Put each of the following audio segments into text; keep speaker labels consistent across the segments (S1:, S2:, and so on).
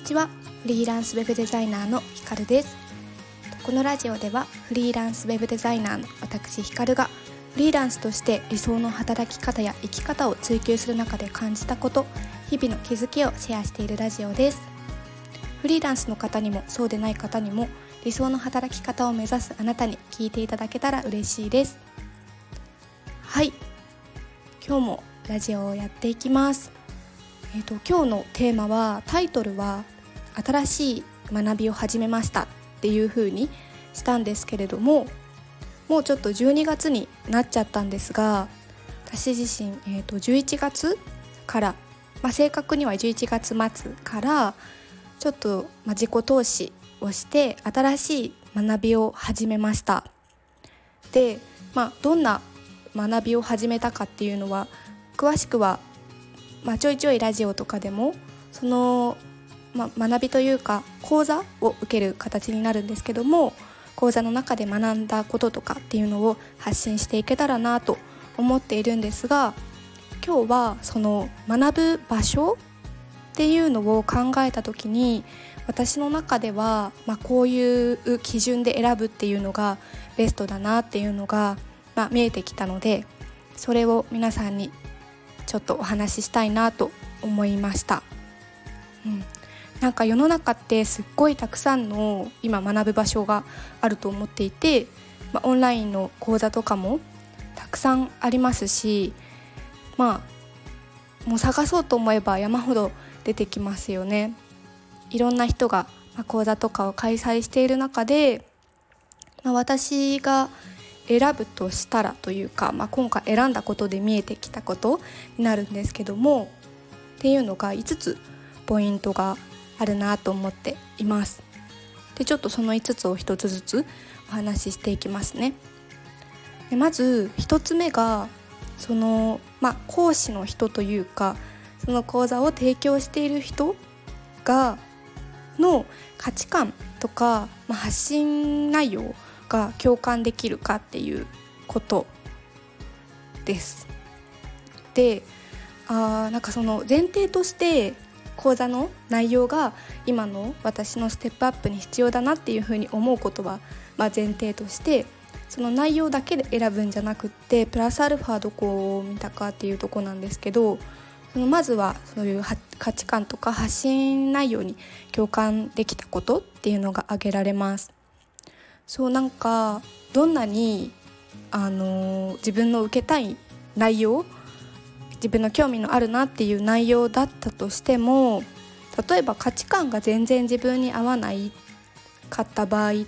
S1: ちは。フリーランスウェブデザイナーのひかるです。このラジオではフリーランスウェブデザイナーの私ひかるがフリーランスとして理想の働き方や生き方を追求する中で感じたこと、日々の気づきをシェアしているラジオです。フリーランスの方にもそうでない方にも理想の働き方を目指すあなたに聞いていただけたら嬉しいです。はい、今日もラジオをやっていきます。今日のテーマは、タイトルは新しい学びを始めましたっていう風にしたんですけれども、もうちょっと12月になっちゃったんですが、私自身、11月から、正確には11月末からちょっと、自己投資をして新しい学びを始めました。で、どんな学びを始めたかっていうのは詳しくは、ちょいちょいラジオとかでもその、学びというか講座を受ける形になるんですけども、講座の中で学んだこととかっていうのを発信していけたらなと思っているんですが、今日はその学ぶ場所っていうのを考えた時に、私の中では、こういう基準で選ぶっていうのがベストだなっていうのが、見えてきたので、それを皆さんにちょっとお話ししたいなと思いました。なんか世の中ってすっごいたくさんの今学ぶ場所があると思っていて、オンラインの講座とかもたくさんありますし、もう探そうと思えば山ほど出てきますよね。いろんな人が講座とかを開催している中で、私が選ぶとしたらというか、今回選んだことで見えてきたことになるんですけども、っていうのが5つポイントがあるなと思っています。で、ちょっとその5つを1つずつお話ししていきますね。で、まず1つ目がその、講師の人というか、その講座を提供している人がの価値観とか、発信内容が共感できるかっていうことです。で、なんかその前提として講座の内容が今の私のステップアップに必要だなっていうふうに思うことは、前提として、その内容だけで選ぶんじゃなくって、プラスアルファどこを見たかっていうとこなんですけど、まずはそういう価値観とか発信内容に共感できたことっていうのが挙げられます。なんかどんなに自分の受けたい内容、自分の興味のあるなっていう内容だったとしても、例えば価値観が全然自分に合わないかった場合って、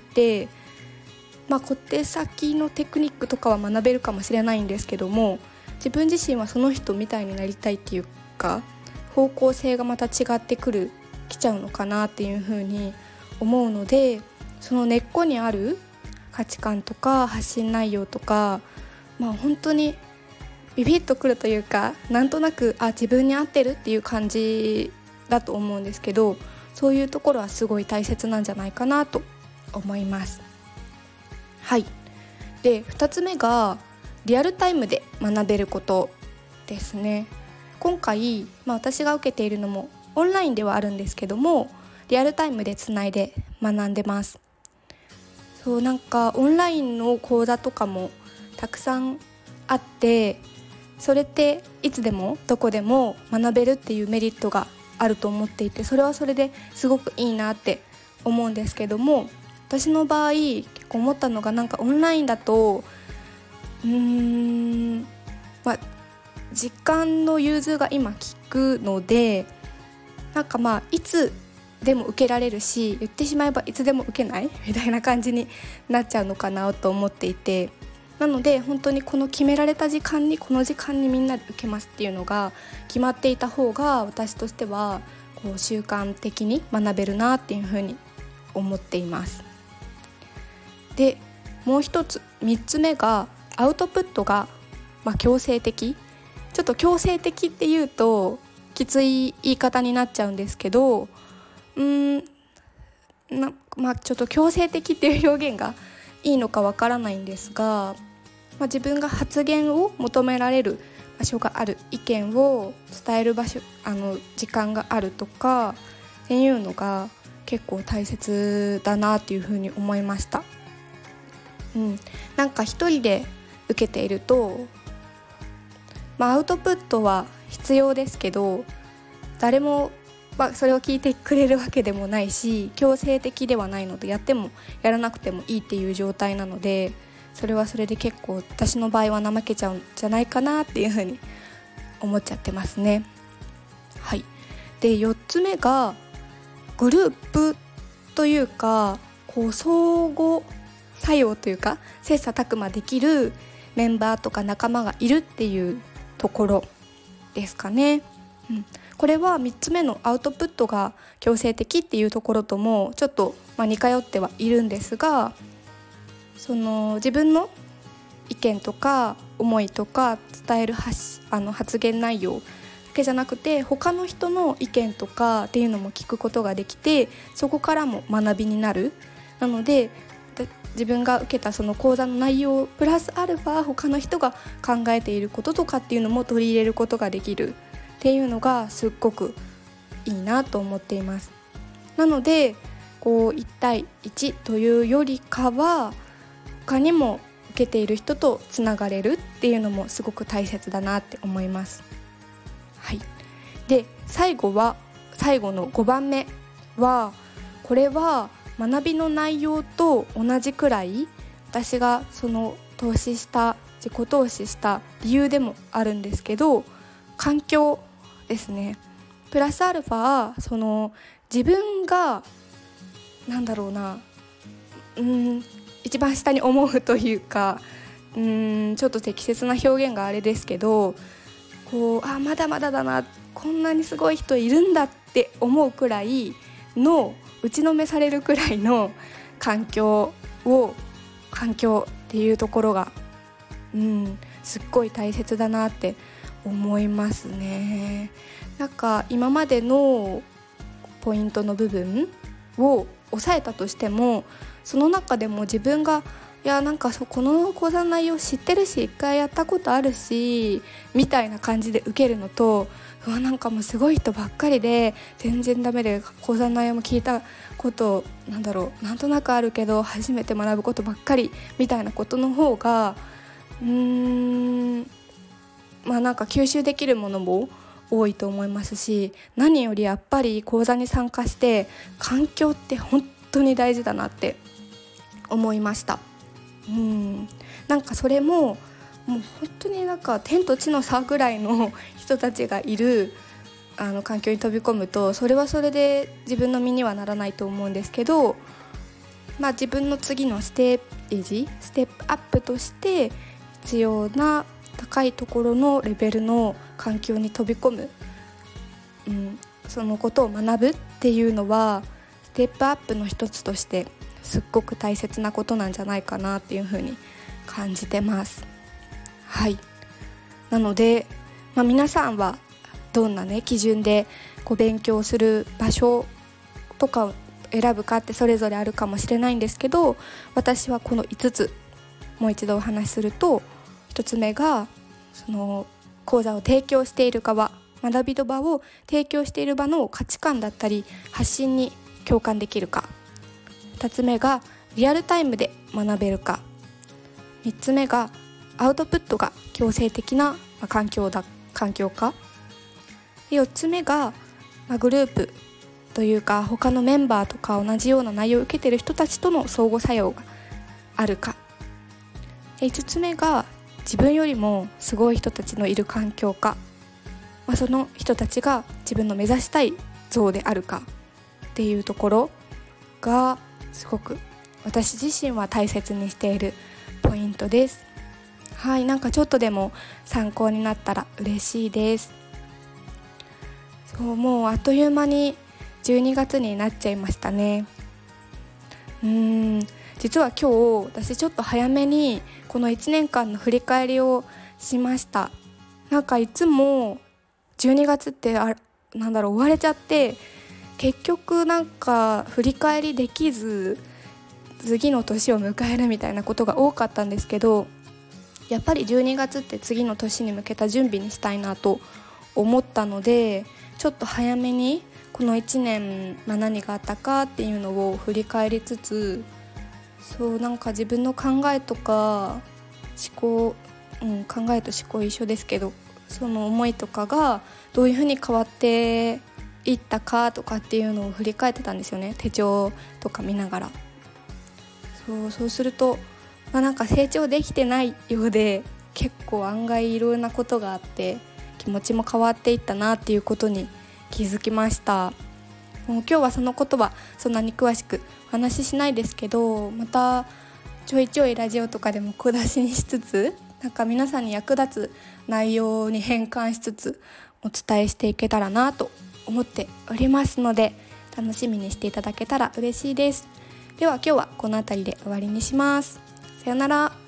S1: 小手先のテクニックとかは学べるかもしれないんですけども、自分自身はその人みたいになりたいっていうか、方向性がまた違ってきちゃうのかなっていうふうに思うので、その根っこにある価値観とか発信内容とか、本当にビビッとくるというか、なんとなく自分に合ってるっていう感じだと思うんですけど、そういうところはすごい大切なんじゃないかなと思います。はい。で、2つ目がリアルタイムで学べることですね。今回、私が受けているのもオンラインではあるんですけども、リアルタイムでつないで学んでます。なんかオンラインの講座とかもたくさんあって、それっていつでもどこでも学べるっていうメリットがあると思っていて、それはそれですごくいいなって思うんですけども、私の場合結構思ったのが、なんかオンラインだと時間の融通が今効くので、なんかいつでも受けられるし、言ってしまえばいつでも受けないみたいな感じになっちゃうのかなと思っていて、なので本当にこの決められた時間に、この時間にみんなで受けますっていうのが決まっていた方が、私としては習慣的に学べるなっていうふうに思っています。で、もう一つ3つ目がアウトプットが強制的。ちょっと強制的っていうときつい言い方になっちゃうんですけど、ちょっと強制的っていう表現がいいのかわからないんですが、自分が発言を求められる場所がある、意見を伝える場所、時間があるとか、 っていうのが結構大切だなっていうふうに思いました。なんか一人で受けていると、アウトプットは必要ですけど、誰もそれを聞いてくれるわけでもないし、強制的ではないので、やってもやらなくてもいいっていう状態なので、それはそれで結構私の場合は怠けちゃうんじゃないかなっていうふうに思っちゃってますね。はい。で、4つ目がグループというか、相互作用というか、切磋琢磨できるメンバーとか仲間がいるっていうところですかね。これは3つ目のアウトプットが強制的っていうところともちょっと似通ってはいるんですが、その自分の意見とか思いとか伝える発言内容だけじゃなくて、他の人の意見とかっていうのも聞くことができて、そこからも学びになる。なので自分が受けたその講座の内容プラスアルファ他の人が考えていることとかっていうのも取り入れることができるっていうのがすっごくいいなと思っています。なので1対1というよりかは、他にも受けている人とつながれるっていうのもすごく大切だなって思います。はい。で、最後の5番目は、これは学びの内容と同じくらい私が自己投資した理由でもあるんですけど、環境ですね。プラスアルファ自分が一番下に思うというか、ちょっと適切な表現があれですけど、まだまだだな、こんなにすごい人いるんだって思うくらいの、打ちのめされるくらいの環境っていうところが、すっごい大切だなって思いますね。なんか今までのポイントの部分を抑えたとしても、その中でも自分がこの講座の内容知ってるし、一回やったことあるしみたいな感じで受けるのと、もうすごい人ばっかりで全然ダメで、講座の内容も聞いたことなんとなくあるけど初めて学ぶことばっかりみたいなことの方が吸収できるものも多いと思いますし、何よりやっぱり講座に参加して環境って本当に大事だなって思いました。それもう本当に天と地の差ぐらいの人たちがいる環境に飛び込むと、それはそれで自分の身にはならないと思うんですけど、自分の次のステップアップとして必要な高いところのレベルの環境に飛び込む、そのことを学ぶっていうのはステップアップの一つとしてすっごく大切なことなんじゃないかなっていうふうに感じてます。はい。なので、皆さんはどんな基準で勉強する場所とかを選ぶかってそれぞれあるかもしれないんですけど、私はこの5つもう一度お話しすると、1つ目がその講座を提供している側、学びの場を提供している場の価値観だったり発信に共感できるか。2つ目がリアルタイムで学べるか。3つ目がアウトプットが強制的な環境か。4つ目がグループというか他のメンバーとか同じような内容を受けている人たちとの相互作用があるか。5つ目が自分よりもすごい人たちのいる環境か、その人たちが自分の目指したい像であるかっていうところがすごく私自身は大切にしているポイントです。はい。ちょっとでも参考になったら嬉しいです。もうあっという間に12月になっちゃいましたね。実は今日私ちょっと早めにこの1年間の振り返りをしました。いつも12月って終われちゃって、結局振り返りできず次の年を迎えるみたいなことが多かったんですけど、やっぱり12月って次の年に向けた準備にしたいなと思ったので、ちょっと早めにこの1年、何があったかっていうのを振り返りつつ、なんか自分の考えとか思考、考えと思考一緒ですけど、その思いとかがどういうふうに変わっていったかとかっていうのを振り返ってたんですよね、手帳とか見ながら。そうすると、なんか成長できてないようで、結構案外いろんなことがあって気持ちも変わっていったなっていうことに気づきました。もう今日はそのことはそんなに詳しくお話ししないですけど、またちょいちょいラジオとかでも小出しにしつつ、なんか皆さんに役立つ内容に変換しつつお伝えしていけたらなと思っておりますので、楽しみにしていただけたら嬉しいです。では今日はこの辺りで終わりにします。さよなら。